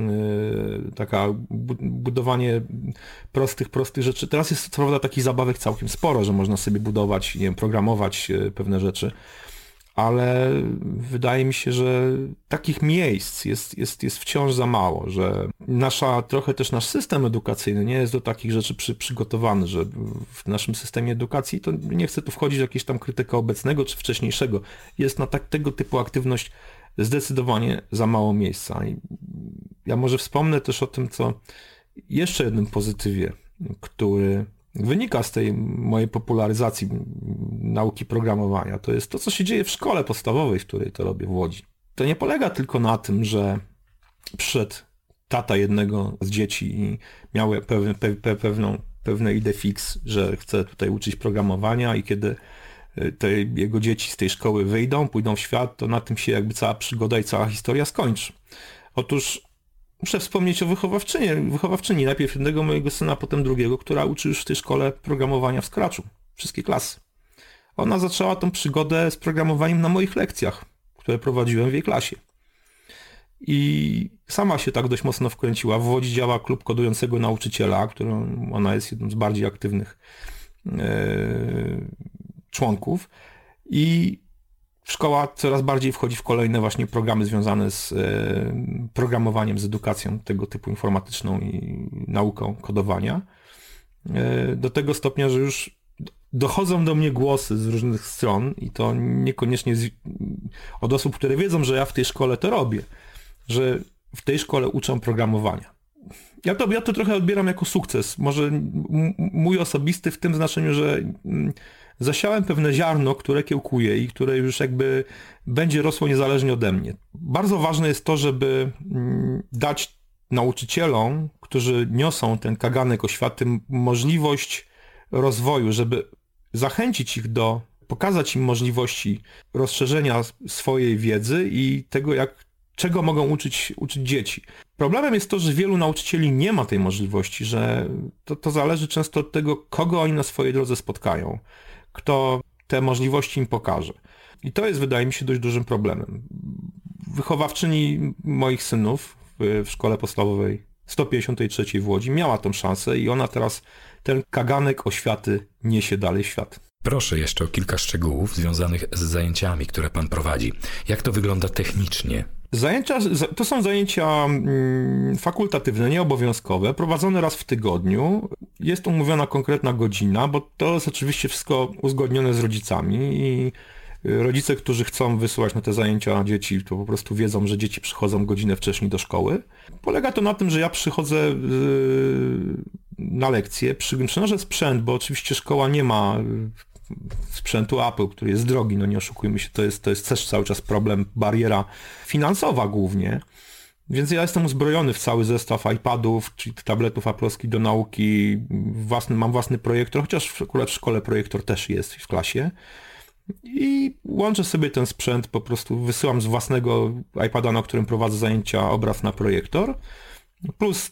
taka budowanie prostych rzeczy. Teraz jest co prawda takich zabawek całkiem sporo, że można sobie budować, nie wiem, programować pewne rzeczy. Ale wydaje mi się, że takich miejsc jest wciąż za mało, że trochę też nasz system edukacyjny nie jest do takich rzeczy przygotowany, że w naszym systemie edukacji, to nie chcę tu wchodzić w jakieś tam krytykę obecnego czy wcześniejszego, jest na tego typu aktywność zdecydowanie za mało miejsca. I ja może wspomnę też o tym, co jeszcze jednym pozytywie, który wynika z tej mojej popularyzacji nauki programowania, to jest to, co się dzieje w szkole podstawowej, w której to robię w Łodzi. To nie polega tylko na tym, że przyszedł tata jednego z dzieci i miał pewne idee fix, że chce tutaj uczyć programowania i kiedy te jego dzieci z tej szkoły wyjdą, pójdą w świat, to na tym się jakby cała przygoda i cała historia skończy. Otóż muszę wspomnieć o wychowawczyni, najpierw jednego mojego syna, potem drugiego, która uczy już w tej szkole programowania w Scratchu. Wszystkie klasy. Ona zaczęła tą przygodę z programowaniem na moich lekcjach, które prowadziłem w jej klasie. I sama się tak dość mocno wkręciła. W Łodzi działa klub kodującego nauczyciela, którą ona jest jedną z bardziej aktywnych członków. I szkoła coraz bardziej wchodzi w kolejne właśnie programy związane z programowaniem, z edukacją tego typu informatyczną i nauką kodowania. Do tego stopnia, że już dochodzą do mnie głosy z różnych stron i to niekoniecznie od osób, które wiedzą, że ja w tej szkole to robię, że w tej szkole uczą programowania. Ja to trochę odbieram jako sukces, może mój osobisty w tym znaczeniu, że zasiałem pewne ziarno, które kiełkuje i które już jakby będzie rosło niezależnie ode mnie. Bardzo ważne jest to, żeby dać nauczycielom, którzy niosą ten kaganek oświaty, możliwość rozwoju, żeby zachęcić ich pokazać im możliwości rozszerzenia swojej wiedzy i tego, czego mogą uczyć dzieci. Problemem jest to, że wielu nauczycieli nie ma tej możliwości, że to zależy często od tego, kogo oni na swojej drodze spotkają, kto te możliwości im pokaże. I to jest, wydaje mi się, dość dużym problemem. Wychowawczyni moich synów w szkole podstawowej 153 w Łodzi miała tą szansę i ona teraz ten kaganek oświaty niesie dalej w świat. Proszę jeszcze o kilka szczegółów związanych z zajęciami, które pan prowadzi. Jak to wygląda technicznie? To są zajęcia fakultatywne, nieobowiązkowe, prowadzone raz w tygodniu. Jest umówiona konkretna godzina, bo to jest oczywiście wszystko uzgodnione z rodzicami i rodzice, którzy chcą wysyłać na te zajęcia dzieci, to po prostu wiedzą, że dzieci przychodzą godzinę wcześniej do szkoły. Polega to na tym, że ja przychodzę na lekcje, przynoszę sprzęt, bo oczywiście szkoła nie ma sprzętu Apple, który jest drogi, no nie oszukujmy się, to jest też cały czas problem, bariera finansowa głównie. Więc ja jestem uzbrojony w cały zestaw iPadów, czyli tabletów aploskich do nauki, mam własny projektor, chociaż akurat w szkole projektor też jest w klasie. I łączę sobie ten sprzęt, po prostu wysyłam z własnego iPada, na którym prowadzę zajęcia, obraz na projektor. Plus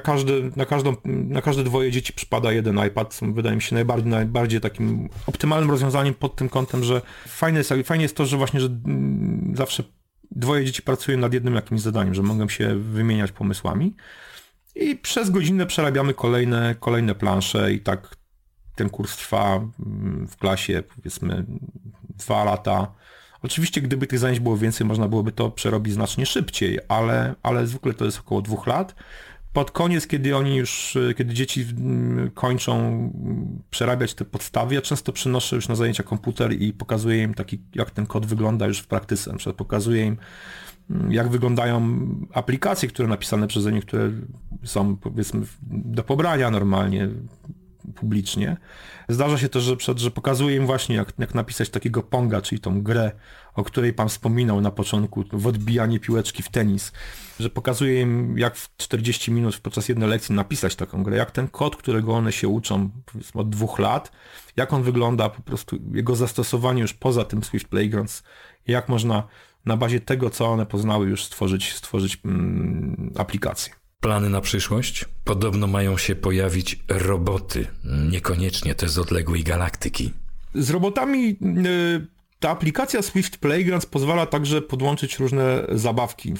na każde dwoje dzieci przypada jeden iPad, co wydaje mi się najbardziej takim optymalnym rozwiązaniem pod tym kątem, że fajnie jest to, że właśnie, że zawsze dwoje dzieci pracują nad jednym jakimś zadaniem, że mogą się wymieniać pomysłami i przez godzinę przerabiamy kolejne plansze i tak ten kurs trwa w klasie powiedzmy 2 lata. Oczywiście gdyby tych zajęć było więcej, można byłoby to przerobić znacznie szybciej, ale zwykle to jest około 2 lat. Pod koniec, kiedy dzieci kończą przerabiać te podstawy, ja często przynoszę już na zajęcia komputer i pokazuję im jak ten kod wygląda już w praktyce. Na przykład pokazuję im, jak wyglądają aplikacje, które napisane przeze mnie, które są powiedzmy do pobrania normalnie, publicznie. Zdarza się też, że pokazuję im właśnie jak napisać takiego Ponga, czyli tą grę, o której pan wspominał na początku, w odbijanie piłeczki w tenis, że pokazuję im jak w 40 minut podczas jednej lekcji napisać taką grę, jak ten kod, którego one się uczą powiedzmy od 2 lat, jak on wygląda, po prostu jego zastosowanie już poza tym Swift Playgrounds, jak można na bazie tego, co one poznały, już stworzyć aplikację. Plany na przyszłość? Podobno mają się pojawić roboty, niekoniecznie te z odległej galaktyki. Z robotami ta aplikacja Swift Playgrounds pozwala także podłączyć różne zabawki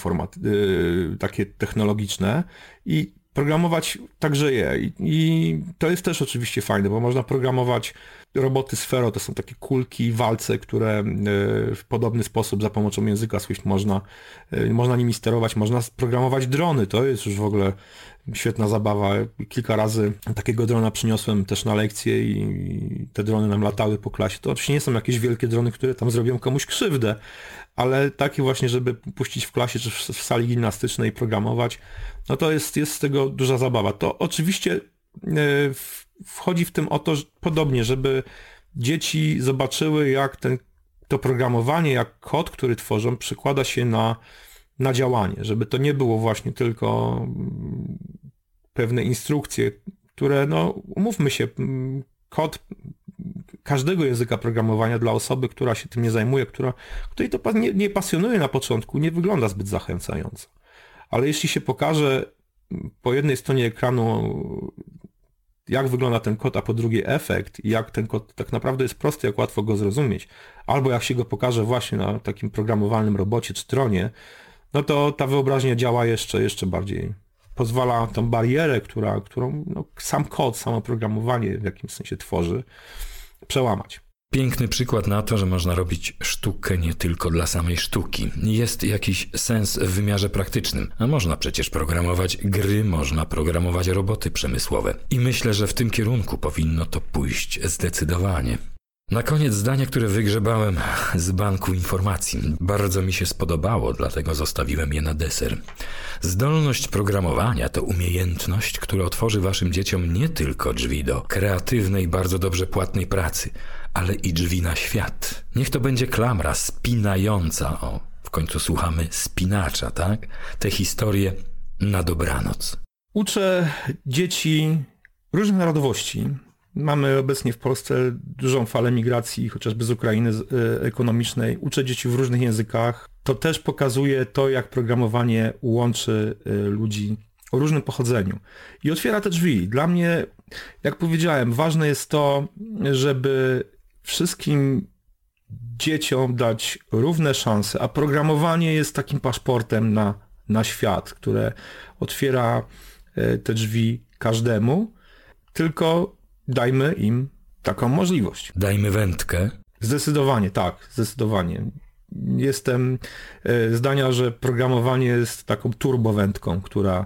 takie technologiczne i programować także je. I to jest też oczywiście fajne, bo można programować roboty Sphero, to są takie kulki, walce, które w podobny sposób za pomocą języka Swift można nimi sterować, można programować drony, to jest już w ogóle świetna zabawa. Kilka razy takiego drona przyniosłem też na lekcję i te drony nam latały po klasie. To oczywiście nie są jakieś wielkie drony, które tam zrobią komuś krzywdę, ale takie właśnie, żeby puścić w klasie czy w sali gimnastycznej i programować, no to jest z tego duża zabawa. To oczywiście wchodzi w tym o to, że podobnie, żeby dzieci zobaczyły, jak to programowanie, jak kod, który tworzą, przekłada się na działanie, żeby to nie było właśnie tylko pewne instrukcje, które, no umówmy się, kod każdego języka programowania dla osoby, która się tym nie zajmuje, której to nie pasjonuje na początku, nie wygląda zbyt zachęcająco. Ale jeśli się pokaże po jednej stronie ekranu, jak wygląda ten kod, a po drugiej efekt i jak ten kod tak naprawdę jest prosty, jak łatwo go zrozumieć, albo jak się go pokaże właśnie na takim programowalnym robocie czy tronie, no to ta wyobraźnia działa jeszcze bardziej. Pozwala tą barierę, którą sam kod, samo programowanie w jakimś sensie tworzy, przełamać. Piękny przykład na to, że można robić sztukę nie tylko dla samej sztuki. Jest jakiś sens w wymiarze praktycznym, a można przecież programować gry, można programować roboty przemysłowe. I myślę, że w tym kierunku powinno to pójść zdecydowanie. Na koniec zdanie, które wygrzebałem z banku informacji. Bardzo mi się spodobało, dlatego zostawiłem je na deser. Zdolność programowania to umiejętność, która otworzy waszym dzieciom nie tylko drzwi do kreatywnej, bardzo dobrze płatnej pracy, ale i drzwi na świat. Niech to będzie klamra spinająca. W końcu słuchamy spinacza, tak? Te historie na dobranoc. Uczę dzieci różnych narodowości. Mamy obecnie w Polsce dużą falę migracji, chociażby z Ukrainy ekonomicznej. Uczę dzieci w różnych językach. To też pokazuje to, jak programowanie łączy ludzi o różnym pochodzeniu. I otwiera te drzwi. Dla mnie, jak powiedziałem, ważne jest to, żeby wszystkim dzieciom dać równe szanse, a programowanie jest takim paszportem na świat, które otwiera te drzwi każdemu, tylko dajmy im taką możliwość. Dajmy wędkę. Zdecydowanie, tak, zdecydowanie. Jestem zdania, że programowanie jest taką turbowędką, która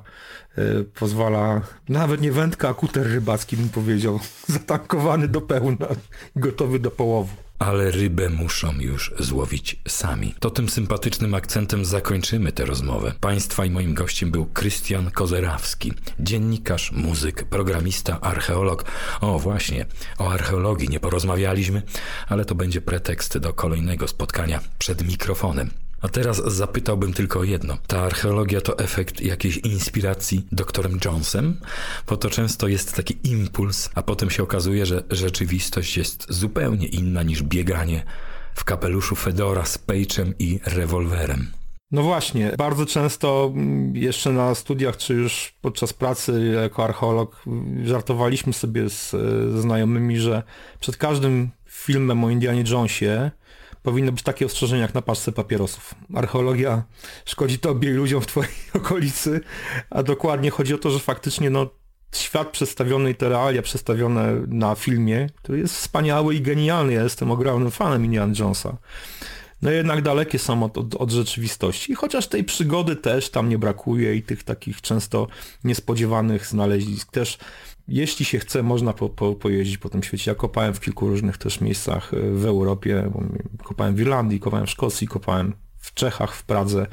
pozwala, nawet nie wędka, a kuter rybacki bym powiedział, zatankowany do pełna, gotowy do połowu. Ale rybę muszą już złowić sami. To tym sympatycznym akcentem zakończymy tę rozmowę. Państwa i moim gościem był Krystian Kozerawski, dziennikarz, muzyk, programista, archeolog. O właśnie, o archeologii nie porozmawialiśmy, ale to będzie pretekst do kolejnego spotkania przed mikrofonem. A teraz zapytałbym tylko o jedno. Ta archeologia to efekt jakiejś inspiracji doktorem Jonesem? Bo to często jest taki impuls, a potem się okazuje, że rzeczywistość jest zupełnie inna niż bieganie w kapeluszu fedora z pejczem i rewolwerem. No właśnie, bardzo często jeszcze na studiach, czy już podczas pracy jako archeolog żartowaliśmy sobie ze znajomymi, że przed każdym filmem o Indianie Jonesie powinno być takie ostrzeżenie jak na paczce papierosów. Archeologia szkodzi tobie i ludziom w twojej okolicy, a dokładnie chodzi o to, że faktycznie świat przedstawiony i te realia przedstawione na filmie, który jest wspaniały i genialny. Ja jestem ogromnym fanem Indiana Jonesa. No jednak dalekie są od rzeczywistości. Chociaż tej przygody też tam nie brakuje i tych takich często niespodziewanych znalezisk też. Jeśli się chce, można pojeździć po tym świecie. Ja kopałem w kilku różnych też miejscach w Europie. Kopałem w Irlandii, kopałem w Szkocji, kopałem w Czechach, w Pradze.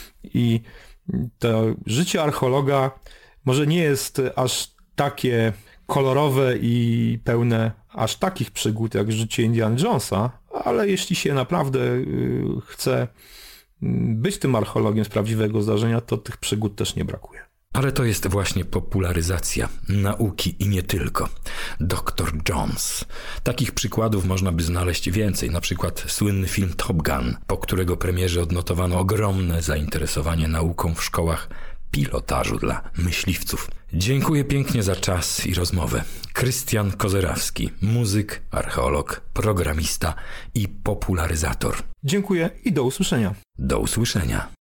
I to życie archeologa może nie jest aż takie kolorowe i pełne aż takich przygód jak życie Indiana Jonesa, ale jeśli się naprawdę chce być tym archeologiem z prawdziwego zdarzenia, to tych przygód też nie brakuje. Ale to jest właśnie popularyzacja nauki i nie tylko. Dr. Jones. Takich przykładów można by znaleźć więcej. Na przykład słynny film Top Gun, po którego premierze odnotowano ogromne zainteresowanie nauką w szkołach pilotażu dla myśliwców. Dziękuję pięknie za czas i rozmowę. Krystian Kozerawski, muzyk, archeolog, programista i popularyzator. Dziękuję i do usłyszenia. Do usłyszenia.